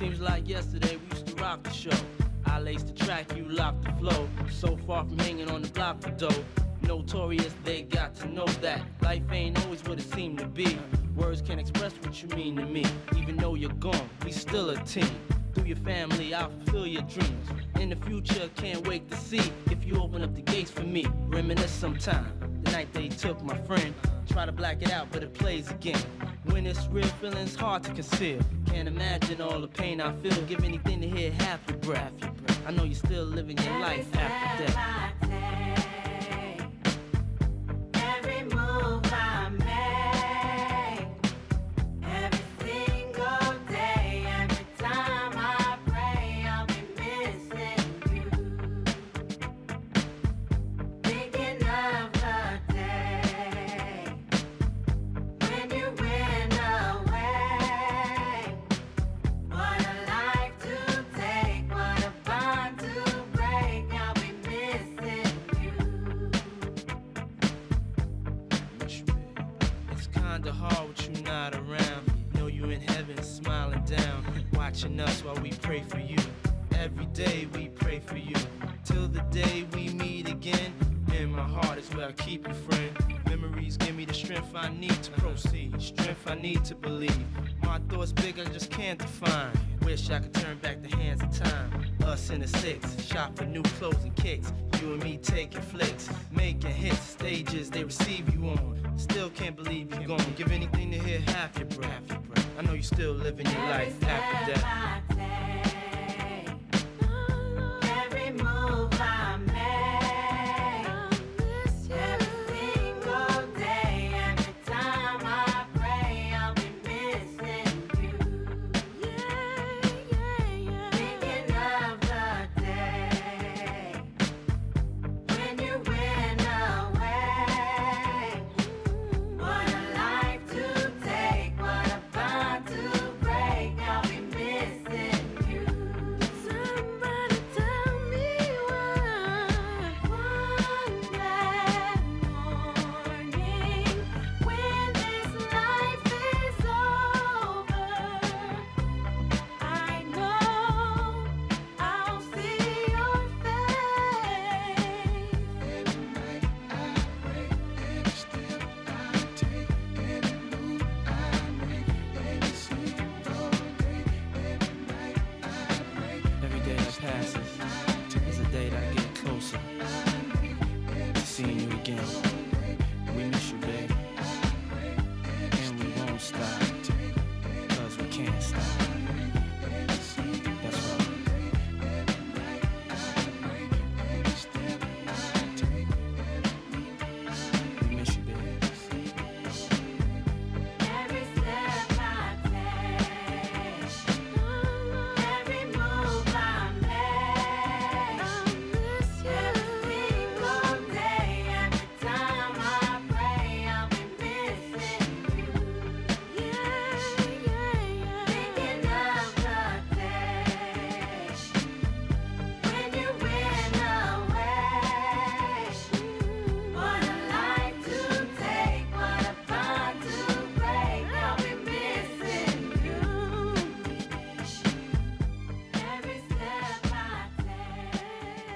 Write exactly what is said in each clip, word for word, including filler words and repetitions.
Seems like yesterday we used to rock the show. I laced the track, you locked the flow. So far from hanging on the block for dough. Notorious, they got to know that life ain't always what it seemed to be. Words can't express what you mean to me. Even though you're gone, we still a team. Through your family, I'll fulfill your dreams. In the future, can't wait to see if you open up the gates for me. Reminisce sometime, the night they took my friend. Try to black it out, but it plays again. When it's real, feeling's hard to conceal. Can't imagine all the pain I feel. Give anything to hear half your breath. I know you're still living your life after death. Every move I make, every single day, every time I pray, I'll be missing you. Thinking of the day when you went away. What a life to take, what a bond to break. I'll be missing you. It's kinda hard with you not around. Know you in heaven smiling down, watching us while we pray for you. Every day we pray for you, till the day we meet again. In my heart is where I keep you, friend. Memories give me the strength I need to proceed, strength I need to believe. My thoughts big, I just can't define. Wish I could turn back the hands of time. Us in the six, shop for new clothes and kicks. You and me taking flicks, making hits, stages they receive you on. Still can't believe you're gone. Give anything to hear half your breath. I know you're still living your life after death. Every move I make, every single day, every time I pray, I'll be missing you. Thinking of the day when you went away. What a life to take, what a bond to break. I'll be missing you. Somebody tell me why. One bad morning when this life is over, I know I'll see your face. Every night I pray, every step I take, every move I make, every single day, every night I pray. Every day that passes is a day that I get closer to seeing you again. We miss you, babe, and we won't stop, cause we can't stop. That's right. We miss you, babe. Every step I take, every move I make, every single day, every time I pray, I'll be missing you. Thinking of the day when you went away. What a life to take, what a bond to break. I'll be missing you. Every step I take.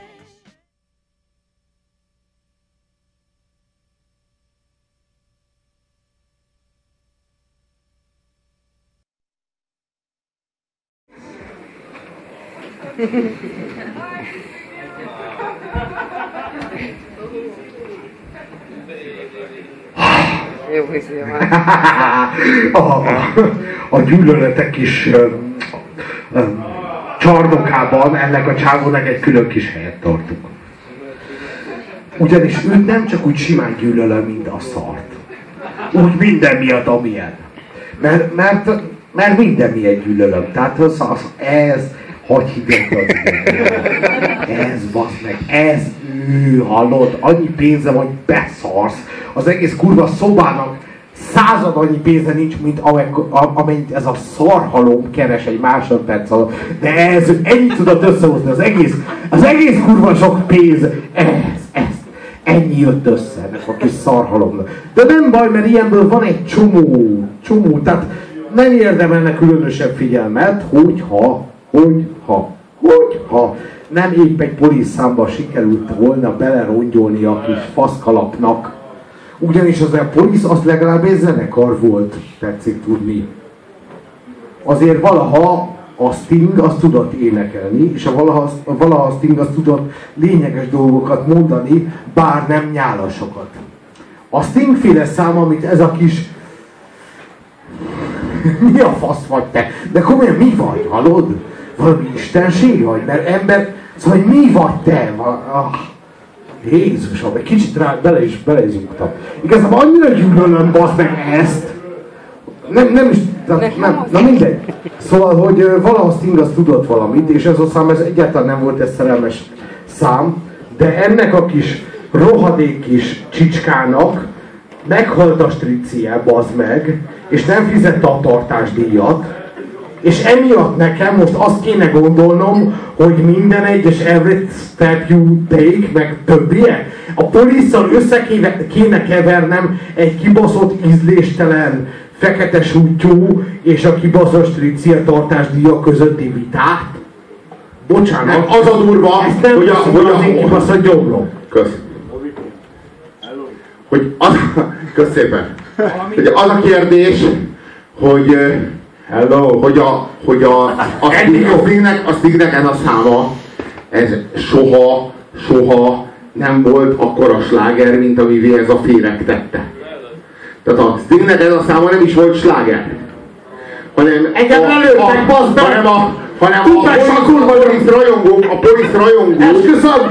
Jó, hogy van. a, a gyűlöletek kis um, um, csarnokában ennek a csávónak egy külön kis helyet tartunk. Ugyanis őt nem csak úgy simán gyűlölöm, mint a szart. Úgy minden miatt, amilyen. Mert, mert, mert minden miatt gyűlölöm. Tehát az, az, ez, hogy hívják az ez, bazd meg, ez ő, hallod, annyi pénze van, hogy beszarsz. Az egész kurva szobának század annyi pénze nincs, mint amennyit ez a szarhalom keres egy másodperc alatt. De ez, ennyit tudott összehozni, az egész, az egész kurva sok pénz, ez, ez, ennyi jött össze ennek a kis szarhalomnak. De nem baj, mert ilyenből van egy csomó, csomó, tehát nem érdemelne különösebb figyelmet, hogyha, hogyha, hogyha nem épp egy poliszszámba sikerült volna belerongyolni a kis faszkalapnak. Ugyanis az a polisz az legalább egy zenekar volt, tetszik tudni. Azért valaha a Sting azt tudott énekelni, és a valaha, valaha a Sting azt tudott lényeges dolgokat mondani, bár nem nyálasokat. A Sting-féle szám, amit ez a kis... Mi a fasz vagy te? De komolyan mi vagy, hallod? Valami istenség vagy? Mert ember... Szóval mi vagy te? Ah, Jézusom, egy kicsit rá bele is belezúgtam. Igazából annyira gyűlölöm, baszd meg ezt! Nem, nem is... Nem, nem, na mindegy. Szóval, hogy uh, valahogy Sting az tudott valamit, és ez a szám ez egyáltalán nem volt egy szerelmes szám, de ennek a kis rohadék kis csicskának meghalt a stricie, bazd meg, és nem fizette a tartásdíjat, és emiatt nekem most azt kéne gondolnom, hogy minden egyes every step you take, meg többie, a polisszal össze kéne kevernem egy kibaszott ízléstelen fekete sútyú és a kibaszott stricia tartásdíjak közötti vitát. Bocsánat, Nem, az a durva, ezt nem hogy a, hogy a, az én kibaszott gyomrom. Kösz. Hogy az, kösz szépen. Hogy az a kérdés, hogy hello, hogy a, hogy a, a, Stingnek, a Stingnek ez a száma, ez soha, soha nem volt akkora sláger, mint amivé ez a féreg tette. Tehát a Stingnek ez a száma nem is volt sláger. Hanem engem lelőttek, bazd meg! Hanem a, hanem a polisz rajongók, a polisz rajongók, Esküszöm!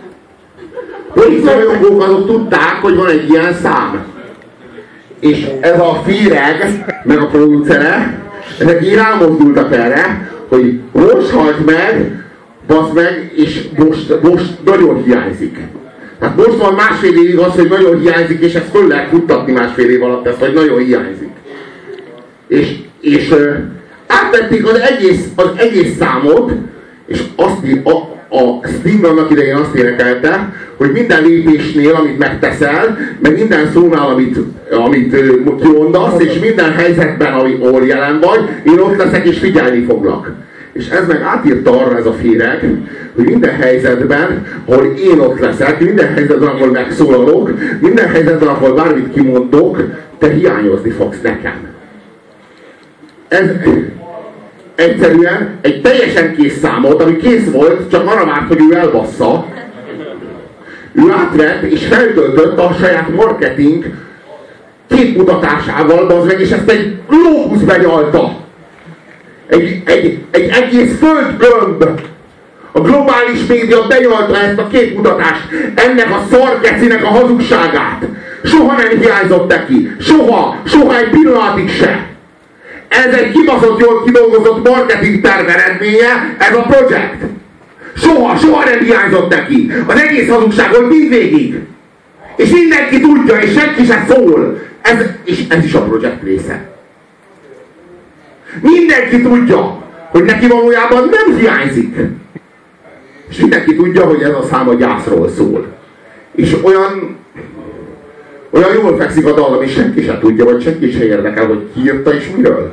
polisz rajongók azok tudták, hogy van egy ilyen szám. És ez a féreg, meg a producere, ezek így rámozdultak erre, hogy most halt meg, baszd meg, és most, most nagyon hiányzik. Tehát most van másfél évig az, hogy nagyon hiányzik, és ezt föl lehet futtatni másfél év alatt ezt, hogy nagyon hiányzik. És, és uh, átvették az egész, az egész számot, és azt, a, a Sting annak idején azt énekelte, hogy minden lépésnél, amit megteszel, meg minden szónál, amit, amit uh, kimondasz, és minden helyzetben, ami, ahol jelen vagy, én ott leszek és figyelni foglak. És ez meg átírta arra ez a féreg, hogy minden helyzetben, ahol én ott leszek, minden helyzetben, ahol megszólalok, minden helyzetben, ahol bármit kimondok, te hiányozni fogsz nekem. Ez egyszerűen egy teljesen kész számot, ami kész volt, csak arra várt, hogy ő elbassza. Ő átvett és feltöltött a saját marketing képmutatásával, az meg, és ezt egy glóbusz begyalta. Egy, egy, egy egész földgömb. A globális média benyalta ezt a képmutatást, ennek a szarkecinek a hazugságát. Soha nem hiányzott neki. Soha, soha egy pillanatig se. Ez egy kibaszott jól kidolgozott marketing terv eredménye, ez a projekt. Soha, soha nem hiányzott neki. Az egész hazugság volt mindvégig. És mindenki tudja, és senki sem szól. Ez, és ez is a projekt része. Mindenki tudja, hogy neki valójában nem hiányzik. És mindenki tudja, hogy ez a szám a gyászról szól. És olyan, olyan jól fekszik a dal, ami senki sem tudja, vagy senki sem érdekel, hogy ki írta és miről.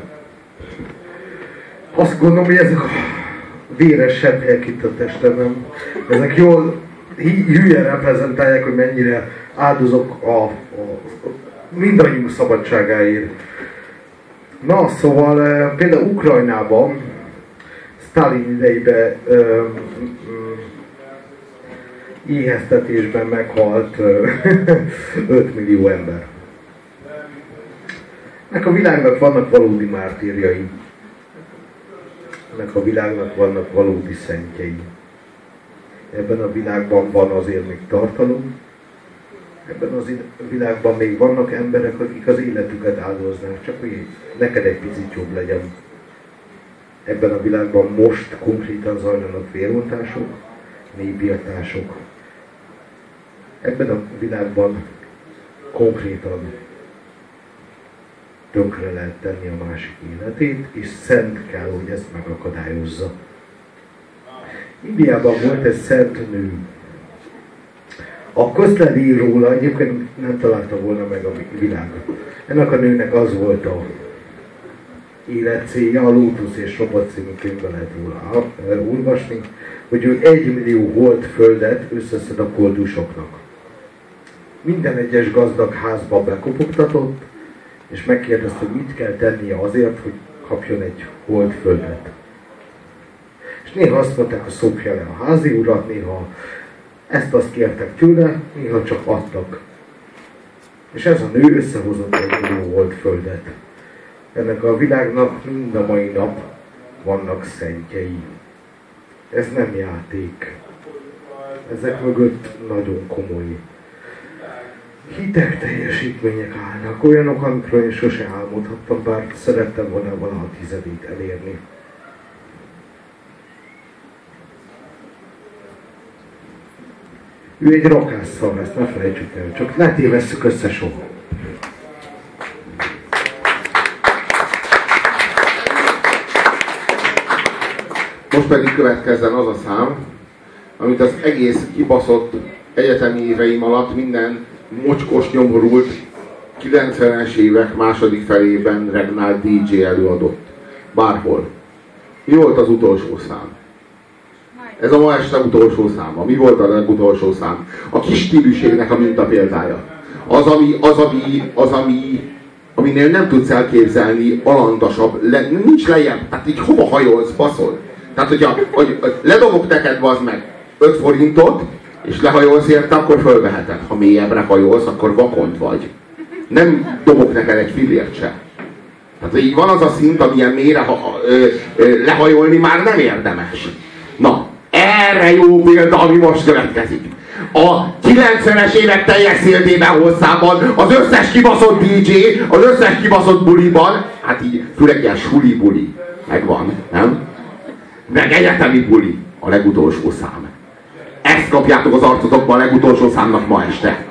Azt gondolom, hogy ezek a véres sebhelyek itt a testemben, ezek jól hülyen reprezentálják, hogy mennyire áldozok a, a, a mindannyiunk szabadságáért. Na, szóval például Ukrajnában, Sztálin idejében éheztetésben meghalt öt millió ember. Ennek a világnak vannak valódi mártírjai. Ennek a világnak vannak valódi szentjei. Ebben a világban van azért még tartalom. Ebben az világban még vannak emberek, akik az életüket áldoznák, csak hogy neked egy picit jobb legyen. Ebben a világban most konkrétan zajlanak vérontások, népirtások. Ebben a világban konkrétan tönkre lehet tenni a másik életét, és szent kell, hogy ezt megakadályozza. Indiában volt egy szent nő. A közled róla egyébként nem találta volna meg a világot. Ennek a nőnek az volt a élet célja, a Lótusz és Robot című könyvben lehet róla olvasni, hogy ő egy millió holdföldet összeszed a koldusoknak. Minden egyes gazdag házba bekopogtatott, és megkérdezte, hogy mit kell tennie azért, hogy kapjon egy holdföldet. És néha azt mondták, hogy szopja le a házi urat, néha ezt-azt kértek tőle, néha csak adtak. És ez a nő összehozott egy millió holdföldet. Ennek a világnak mind a mai nap vannak szentjei. Ez nem játék. Ezek mögött nagyon komoly hitek, teljesítmények állnak. Olyanok, amikről én sose álmodhattam, bár szerettem volna valaha tizedét elérni. Ő egy rakásszal, ezt ne felejtsük el, csak ne tévesszük össze soha. Most pedig következzen az a szám, amit az egész kibaszott egyetemi éveim alatt minden mocskos, nyomorult kilencvenes évek második felében regnált dé dzsé előadott. Bárhol. Mi volt az utolsó szám? Ez a ma este utolsó száma. Mi volt a legutolsó szám? A kis stílűségnek a mintapéldája. Az, ami, az, ami, az, ami, aminél nem tudsz elképzelni alantasabb, le, nincs lejjebb. Hát így hova hajolsz, baszol? Tehát, hogyha hogy ledobok neked, bazd meg, öt forintot, és lehajolsz érte, akkor fölveheted. Ha mélyebbre hajolsz, akkor vakond vagy. Nem dobok neked egy fillért se. Tehát így van az a szint, amilyen mélyre ha, ö, ö, lehajolni már nem érdemes. Na, erre jó példa, ami most következik. A kilencvenes évek teljes széltében hosszában az összes kibaszott dé dzsé, az összes kibaszott buliban, hát így főleg ilyen suli buli megvan, nem? Meg egyetemi buli, a legutolsó szám. Ezt kapjátok az arcotokban a legutolsó számnak ma este.